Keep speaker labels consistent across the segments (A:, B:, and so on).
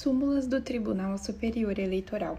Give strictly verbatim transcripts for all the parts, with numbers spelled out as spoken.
A: Súmulas do Tribunal Superior Eleitoral.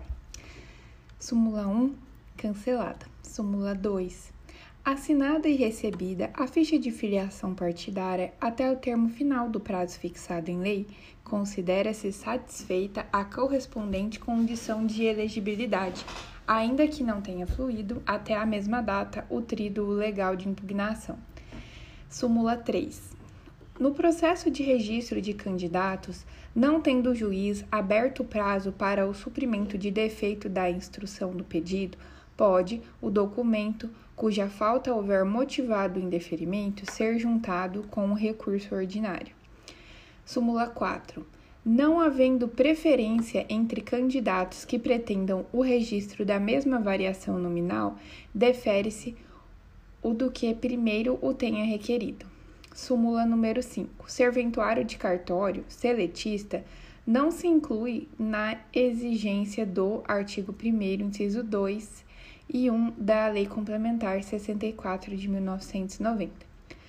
A: Súmula um, cancelada. Súmula dois, assinada e recebida a ficha de filiação partidária até o termo final do prazo fixado em lei, considera-se satisfeita a correspondente condição de elegibilidade, ainda que não tenha fluído até a mesma data o tríduo legal de impugnação. Súmula três. No processo de registro de candidatos, não tendo o juiz aberto o prazo para o suprimento de defeito da instrução do pedido, pode o documento, cuja falta houver motivado o indeferimento, ser juntado com o recurso ordinário. Súmula quatro. Não havendo preferência entre candidatos que pretendam o registro da mesma variação nominal, defere-se o do que primeiro o tenha requerido. Súmula número cinco. Serventuário de cartório seletista não se inclui na exigência do artigo primeiro, inciso dois e um da Lei Complementar sessenta e quatro de mil novecentos e noventa.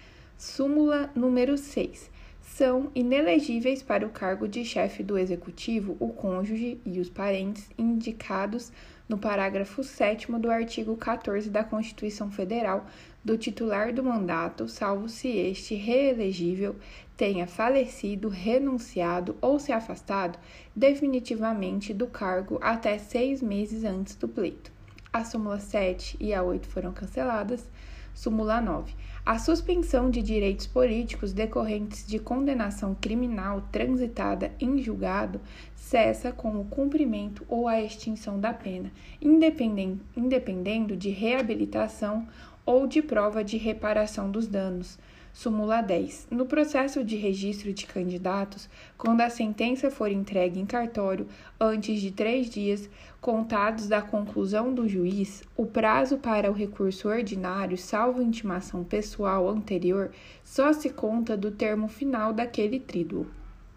A: Súmula número seis. São inelegíveis para o cargo de chefe do Executivo o cônjuge e os parentes indicados no parágrafo sétimo do artigo quatorze da Constituição Federal do titular do mandato, salvo se este reelegível tenha falecido, renunciado ou se afastado definitivamente do cargo até seis meses antes do pleito. A súmula sete e a oito foram canceladas. Súmula nove. A suspensão de direitos políticos decorrentes de condenação criminal transitada em julgado cessa com o cumprimento ou a extinção da pena, independendo de reabilitação ou de prova de reparação dos danos. Súmula dez. No processo de registro de candidatos, quando a sentença for entregue em cartório antes de três dias contados da conclusão do juiz, o prazo para o recurso ordinário, salvo intimação pessoal anterior, só se conta do termo final daquele tríduo.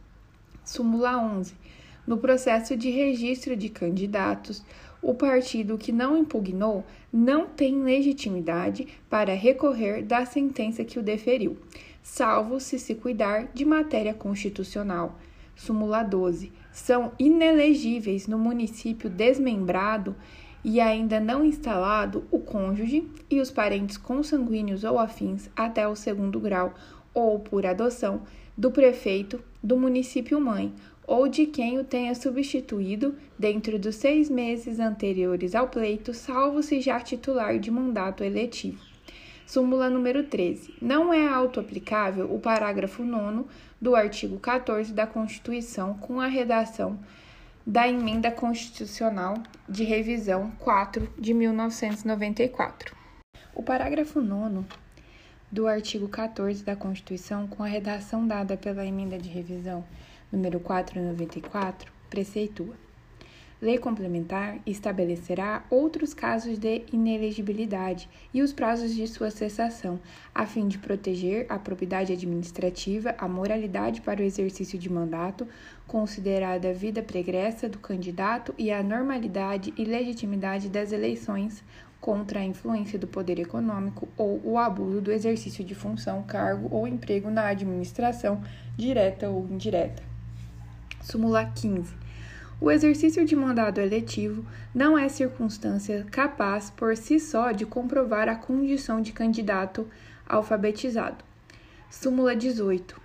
A: Súmula onze. No processo de registro de candidatos, o partido que não impugnou não tem legitimidade para recorrer da sentença que o deferiu, salvo se se cuidar de matéria constitucional. Súmula doze. São inelegíveis no município desmembrado e ainda não instalado o cônjuge e os parentes consanguíneos ou afins até o segundo grau ou por adoção do prefeito do município mãe ou de quem o tenha substituído dentro dos seis meses anteriores ao pleito, salvo se já titular de mandato eletivo. Súmula número treze. Não é auto-aplicável o parágrafo nono do artigo quatorze da Constituição com a redação da Emenda Constitucional de Revisão quatro de mil novecentos e noventa e quatro. O parágrafo nono do artigo quatorze da Constituição, com a redação dada pela Emenda de Revisão número quatrocentos e noventa e quatro, preceitua: Lei complementar estabelecerá outros casos de inelegibilidade e os prazos de sua cessação, a fim de proteger a probidade administrativa, a moralidade para o exercício de mandato, considerada a vida pregressa do candidato e a normalidade e legitimidade das eleições contra a influência do poder econômico ou o abuso do exercício de função, cargo ou emprego na administração, direta ou indireta. Súmula quinze. O exercício de mandato eletivo não é circunstância capaz por si só de comprovar a condição de candidato alfabetizado. Súmula dezoito.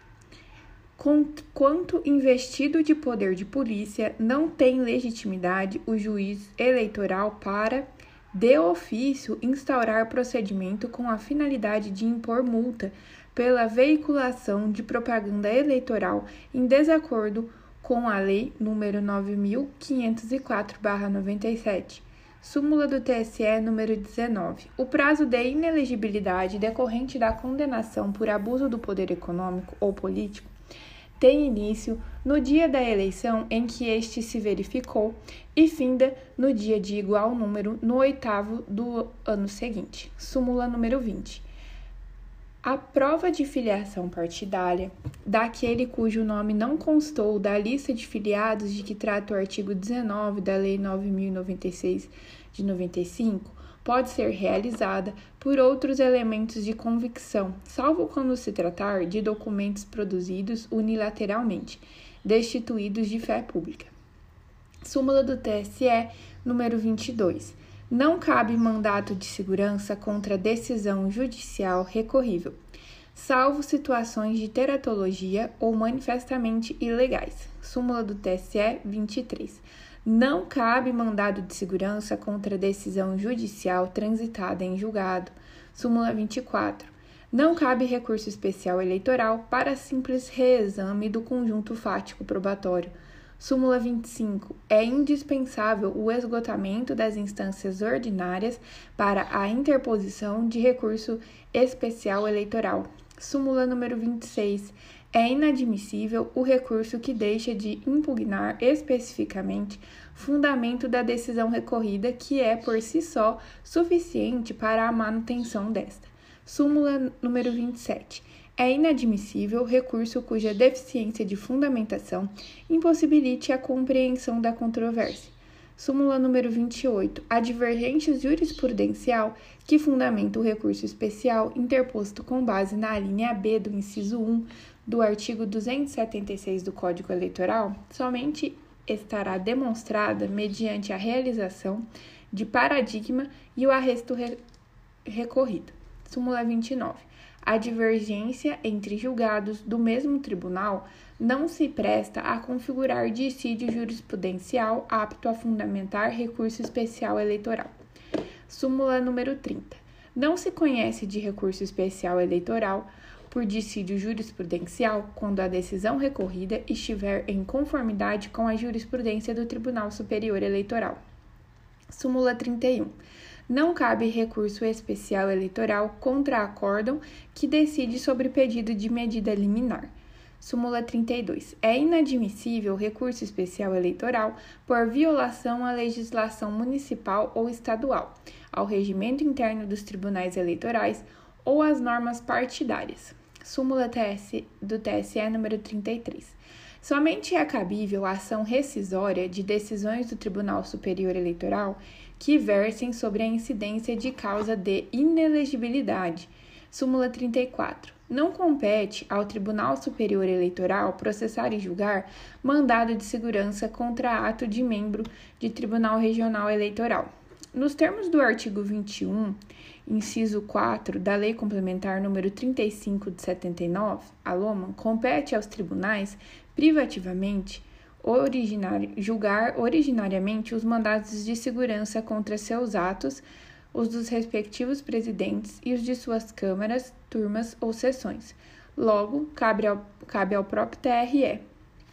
A: Quanto investido de poder de polícia, não tem legitimidade o juiz eleitoral para, de ofício, instaurar procedimento com a finalidade de impor multa pela veiculação de propaganda eleitoral em desacordo com a Lei número nove mil quinhentos e quatro barra noventa e sete. Súmula do T S E número dezenove. O prazo de inelegibilidade decorrente da condenação por abuso do poder econômico ou político tem início no dia da eleição em que este se verificou e finda no dia de igual número no oitavo do ano seguinte. Súmula número vinte. A prova de filiação partidária daquele cujo nome não constou da lista de filiados de que trata o artigo dezenove da Lei nove mil e noventa e seis de noventa e cinco pode ser realizada por outros elementos de convicção, salvo quando se tratar de documentos produzidos unilateralmente, destituídos de fé pública. Súmula do T S E, número vinte e dois. Não cabe mandato de segurança contra decisão judicial recorrível, salvo situações de teratologia ou manifestamente ilegais. Súmula do T S E, vinte e três. Não cabe mandado de segurança contra decisão judicial transitada em julgado. Súmula vinte e quatro. Não cabe recurso especial eleitoral para simples reexame do conjunto fático probatório. Súmula vinte e cinco. É indispensável o esgotamento das instâncias ordinárias para a interposição de recurso especial eleitoral. Súmula número vinte e seis. É inadmissível o recurso que deixa de impugnar especificamente fundamento da decisão recorrida, que é por si só suficiente para a manutenção desta. Súmula número vinte e sete. É inadmissível recurso cuja deficiência de fundamentação impossibilite a compreensão da controvérsia. Súmula número vinte e oito. A divergência jurisprudencial que fundamenta o recurso especial interposto com base na alínea B do inciso um do artigo duzentos e setenta e seis do Código Eleitoral somente estará demonstrada mediante a realização de paradigma e o arresto re- recorrido. Súmula vinte e nove. A divergência entre julgados do mesmo tribunal não se presta a configurar dissídio jurisprudencial apto a fundamentar recurso especial eleitoral. Súmula número trinta. Não se conhece de recurso especial eleitoral por dissídio jurisprudencial quando a decisão recorrida estiver em conformidade com a jurisprudência do Tribunal Superior Eleitoral. Súmula trinta e um. Não cabe recurso especial eleitoral contra acórdão que decide sobre pedido de medida liminar. Súmula trinta e dois. É inadmissível recurso especial eleitoral por violação à legislação municipal ou estadual, ao regimento interno dos tribunais eleitorais ou às normas partidárias. Súmula do T S E número trinta e três. Somente é cabível a ação rescisória de decisões do Tribunal Superior Eleitoral que versem sobre a incidência de causa de inelegibilidade. Súmula trinta e quatro. Não compete ao Tribunal Superior Eleitoral processar e julgar mandado de segurança contra ato de membro de Tribunal Regional Eleitoral. Nos termos do artigo vinte e um, inciso quatro da Lei Complementar número trinta e cinco de setenta e nove, a LOMAN, compete aos tribunais, privativamente, originar, julgar originariamente os mandados de segurança contra seus atos, os dos respectivos presidentes e os de suas câmaras, turmas ou sessões. Logo, cabe ao, cabe ao próprio T R E.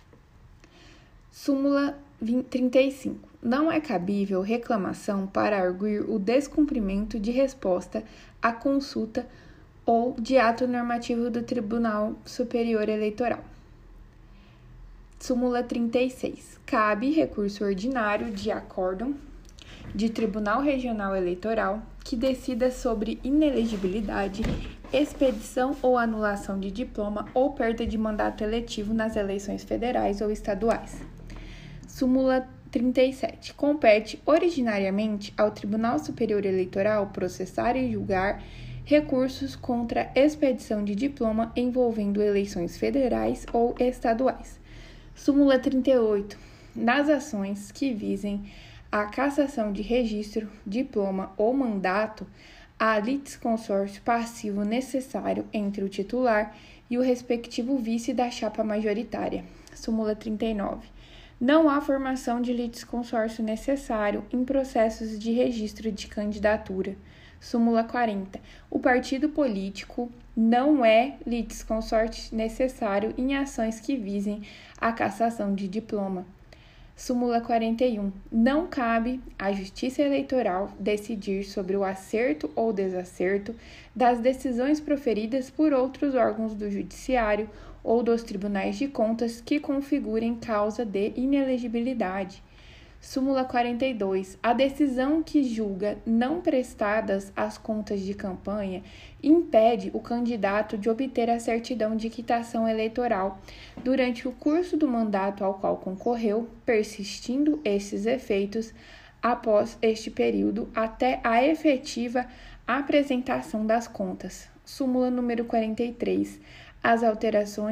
A: Súmula trinta e cinco. Não é cabível reclamação para arguir o descumprimento de resposta à consulta ou de ato normativo do Tribunal Superior Eleitoral. Súmula trinta e seis. Cabe recurso ordinário de acórdão de Tribunal Regional Eleitoral que decida sobre inelegibilidade, expedição ou anulação de diploma ou perda de mandato eletivo nas eleições federais ou estaduais. Súmula trinta e sete. Compete originariamente ao Tribunal Superior Eleitoral processar e julgar recursos contra expedição de diploma envolvendo eleições federais ou estaduais. Súmula trinta e oito. Nas ações que visem a cassação de registro, diploma ou mandato, há litisconsórcio passivo necessário entre o titular e o respectivo vice da chapa majoritária. Súmula trinta e nove. Não há formação de litisconsórcio necessário em processos de registro de candidatura. Súmula quarenta. O partido político não é litisconsórcio necessário em ações que visem a cassação de diploma. Súmula quarenta e um. Não cabe à Justiça Eleitoral decidir sobre o acerto ou desacerto das decisões proferidas por outros órgãos do Judiciário ou dos Tribunais de Contas que configurem causa de inelegibilidade. Súmula quarenta e dois. A decisão que julga não prestadas as contas de campanha impede o candidato de obter a certidão de quitação eleitoral durante o curso do mandato ao qual concorreu, persistindo esses efeitos após este período até a efetiva apresentação das contas. Súmula número quarenta e três. As alterações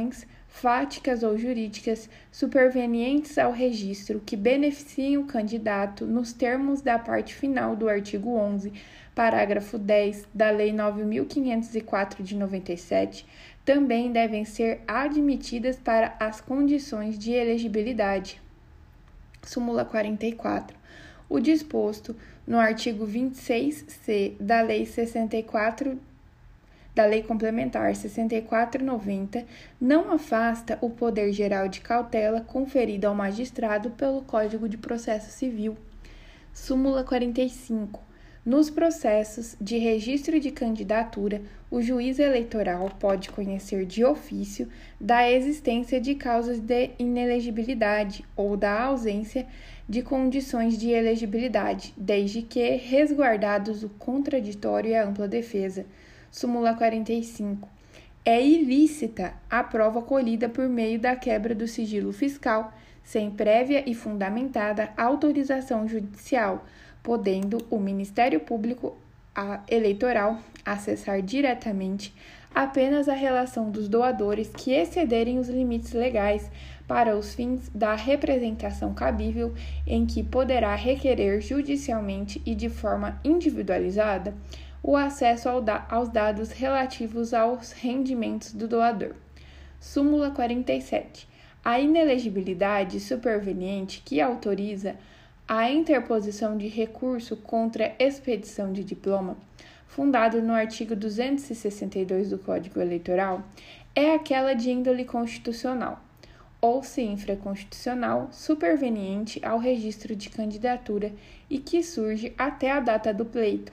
A: fáticas ou jurídicas supervenientes ao registro que beneficiem o candidato nos termos da parte final do artigo onze, parágrafo dez da Lei nove mil quinhentos e quatro de noventa e sete, também devem ser admitidas para as condições de elegibilidade. Súmula quarenta e quatro. O disposto no artigo vinte e seis C da Lei sessenta e quatro da Lei Complementar sessenta e quatro noventa não afasta o poder geral de cautela conferido ao magistrado pelo Código de Processo Civil. Súmula quarenta e cinco. Nos processos de registro de candidatura, o juiz eleitoral pode conhecer de ofício da existência de causas de inelegibilidade ou da ausência de condições de elegibilidade, desde que resguardados o contraditório e a ampla defesa. Súmula quarenta e cinco. É ilícita a prova colhida por meio da quebra do sigilo fiscal, sem prévia e fundamentada autorização judicial, podendo o Ministério Público Eleitoral acessar diretamente apenas a relação dos doadores que excederem os limites legais para os fins da representação cabível, em que poderá requerer judicialmente e de forma individualizada o acesso ao da- aos dados relativos aos rendimentos do doador. Súmula quarenta e sete. A inelegibilidade superveniente que autoriza a interposição de recurso contra expedição de diploma, fundado no artigo duzentos e sessenta e dois do Código Eleitoral, é aquela de índole constitucional, ou se infraconstitucional, superveniente ao registro de candidatura e que surge até a data do pleito.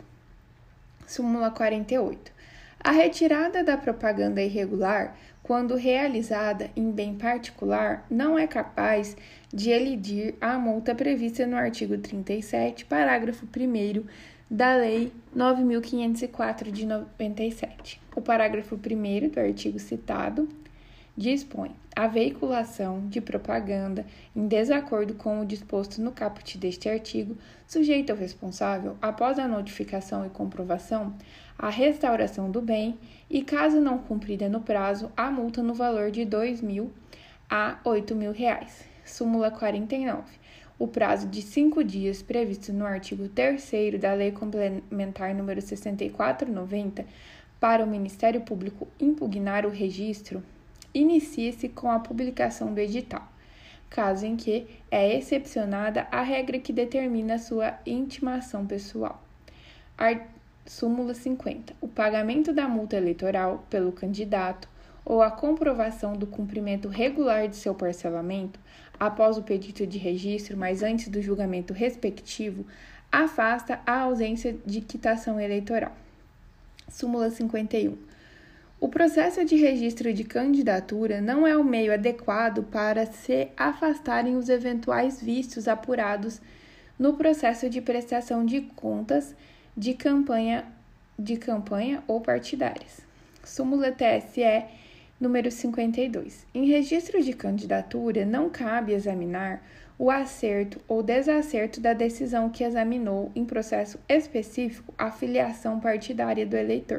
A: Súmula quarenta e oito. A retirada da propaganda irregular, quando realizada em bem particular, não é capaz de elidir a multa prevista no artigo trinta e sete, parágrafo primeiro da Lei nove mil quinhentos e quatro de noventa e sete. O parágrafo primeiro do artigo citado dispõe: a veiculação de propaganda em desacordo com o disposto no caput deste artigo, sujeita o responsável, após a notificação e comprovação, a restauração do bem e, caso não cumprida no prazo, a multa no valor de dois mil a oito mil reais. Súmula quarenta e nove. O prazo de cinco dias previsto no artigo terceiro da Lei Complementar número sessenta e quatro noventa para o Ministério Público impugnar o registro inicia-se com a publicação do edital, caso em que é excepcionada a regra que determina sua intimação pessoal. Art... Súmula cinquenta. O pagamento da multa eleitoral pelo candidato ou a comprovação do cumprimento regular de seu parcelamento após o pedido de registro, mas antes do julgamento respectivo, afasta a ausência de quitação eleitoral. Súmula cinquenta e um. O processo de registro de candidatura não é o meio adequado para se afastarem os eventuais vícios apurados no processo de prestação de contas de campanha, de campanha ou partidárias. Súmula T S E número cinquenta e dois. Em registro de candidatura, não cabe examinar o acerto ou desacerto da decisão que examinou em processo específico a filiação partidária do eleitor.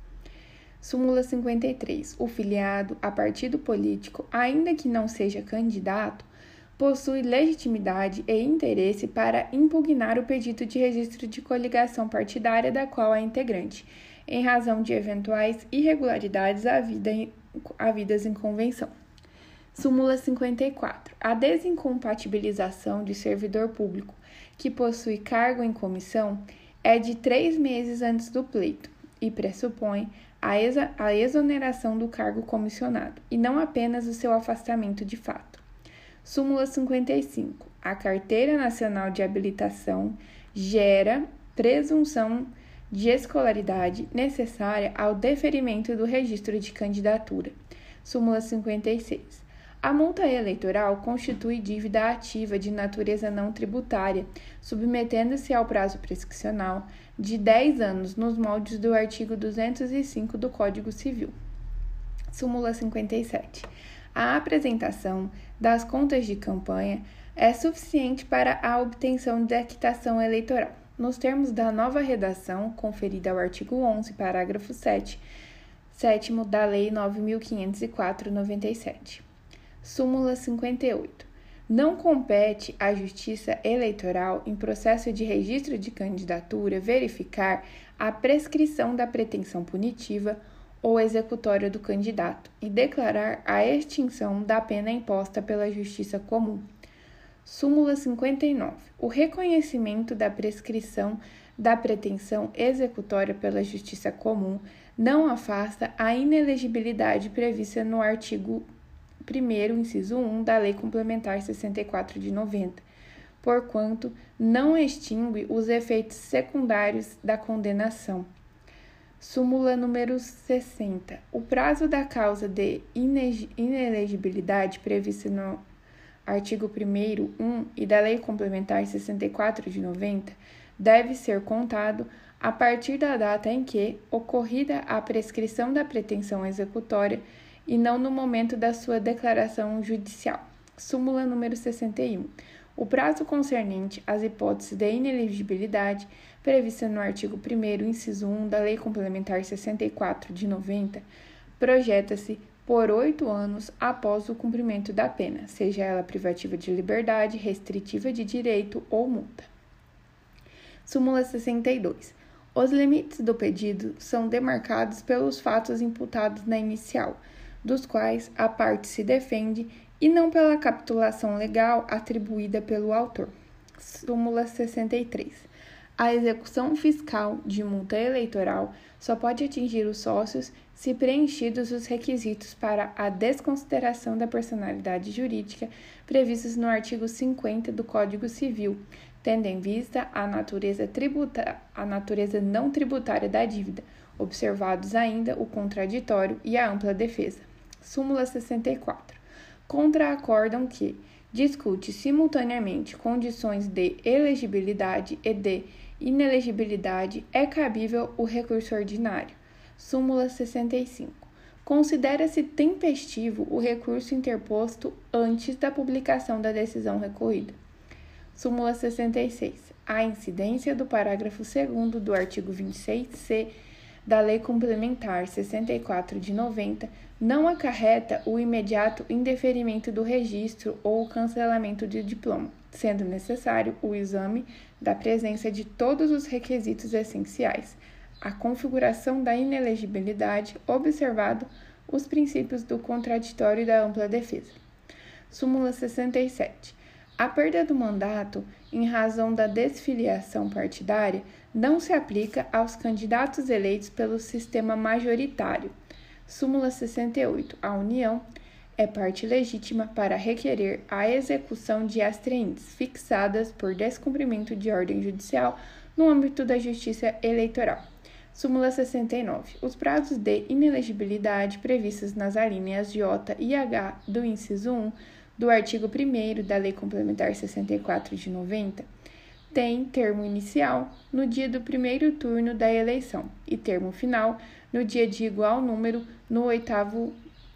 A: Súmula cinquenta e três. O filiado a partido político, ainda que não seja candidato, possui legitimidade e interesse para impugnar o pedido de registro de coligação partidária da qual é integrante, em razão de eventuais irregularidades havidas em convenção. Súmula cinquenta e quatro. A desincompatibilização de servidor público que possui cargo em comissão é de três meses antes do pleito e pressupõe a, exa- a exoneração do cargo comissionado, e não apenas o seu afastamento de fato. Súmula cinquenta e cinco. A Carteira Nacional de Habilitação gera presunção de escolaridade necessária ao deferimento do registro de candidatura. Súmula cinquenta e seis. A multa eleitoral constitui dívida ativa de natureza não tributária, submetendo-se ao prazo prescricional de dez anos nos moldes do artigo duzentos e cinco do Código Civil. Súmula cinquenta e sete. A apresentação das contas de campanha é suficiente para a obtenção da quitação eleitoral, nos termos da nova redação conferida ao artigo onze, parágrafo sete, sétimo da Lei nove mil quinhentos e quatro, noventa e sete. Súmula cinquenta e oito. Não compete à Justiça Eleitoral, em processo de registro de candidatura, verificar a prescrição da pretensão punitiva ou executória do candidato e declarar a extinção da pena imposta pela Justiça Comum. Súmula cinquenta e nove. O reconhecimento da prescrição da pretensão executória pela Justiça Comum não afasta a inelegibilidade prevista no artigo primeiro, inciso um, da Lei Complementar sessenta e quatro de noventa, porquanto não extingue os efeitos secundários da condenação. Súmula número sessenta. O prazo da causa de inelegibilidade prevista no artigo primeiro, um e da Lei Complementar sessenta e quatro de noventa deve ser contado a partir da data em que, ocorrida a prescrição da pretensão executória, e não no momento da sua declaração judicial. Súmula número sessenta e um. O prazo concernente às hipóteses de inelegibilidade prevista no artigo primeiro, inciso um da Lei Complementar sessenta e quatro de noventa projeta-se por oito anos após o cumprimento da pena, seja ela privativa de liberdade, restritiva de direito ou multa. Súmula sessenta e dois. Os limites do pedido são demarcados pelos fatos imputados na inicial, dos quais a parte se defende, e não pela capitulação legal atribuída pelo autor. Súmula sessenta e três. A execução fiscal de multa eleitoral só pode atingir os sócios se preenchidos os requisitos para a desconsideração da personalidade jurídica previstos no artigo cinquenta do Código Civil, tendo em vista a natureza, tributa, a natureza não tributária da dívida, observados ainda o contraditório e a ampla defesa. Súmula sessenta e quatro. Contraacordam que discute simultaneamente condições de elegibilidade e de inelegibilidade, é cabível o recurso ordinário. Súmula sessenta e cinco. Considera-se tempestivo o recurso interposto antes da publicação da decisão recorrida. Súmula sessenta e seis. A incidência do parágrafo segundo do artigo vinte e seis C da Lei Complementar sessenta e quatro de noventa não acarreta o imediato indeferimento do registro ou o cancelamento de diploma, sendo necessário o exame da presença de todos os requisitos essenciais, a configuração da inelegibilidade, observado os princípios do contraditório e da ampla defesa. Súmula sessenta e sete. A perda do mandato, em razão da desfiliação partidária, não se aplica aos candidatos eleitos pelo sistema majoritário. Súmula sessenta e oito. A União é parte legítima para requerer a execução de astrientes fixadas por descumprimento de ordem judicial no âmbito da Justiça Eleitoral. Súmula sessenta e nove. Os prazos de inelegibilidade previstos nas alíneas J e H do inciso um do artigo primeiro da Lei Complementar sessenta e quatro de noventa tem termo inicial no dia do primeiro turno da eleição e termo final no dia de igual número no oitavo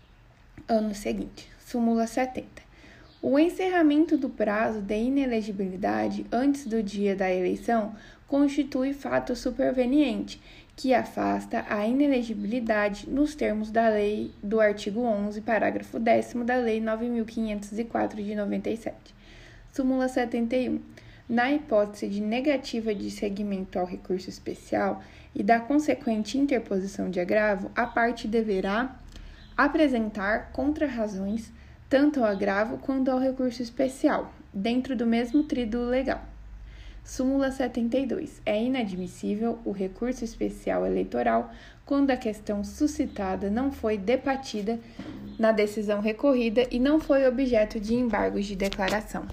A: ano seguinte. Súmula setenta. O encerramento do prazo de inelegibilidade antes do dia da eleição constitui fato superveniente, que afasta a inelegibilidade nos termos da lei do artigo onze, parágrafo décimo da Lei nove mil quinhentos e quatro de noventa e sete. Súmula setenta e um. Na hipótese de negativa de seguimento ao recurso especial e da consequente interposição de agravo, a parte deverá apresentar contrarrazões tanto ao agravo quanto ao recurso especial, dentro do mesmo tríduo legal. Súmula setenta e dois. É inadmissível o recurso especial eleitoral quando a questão suscitada não foi debatida na decisão recorrida e não foi objeto de embargos de declaração.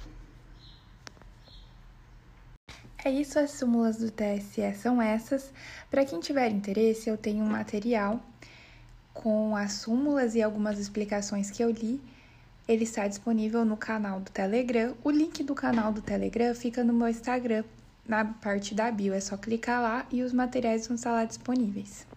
A: É isso, as súmulas do T S E são essas. Para quem tiver interesse, eu tenho um material com as súmulas e algumas explicações que eu li. Ele está disponível no canal do Telegram. O link do canal do Telegram fica no meu Instagram, na parte da bio. É só clicar lá e os materiais vão estar lá disponíveis.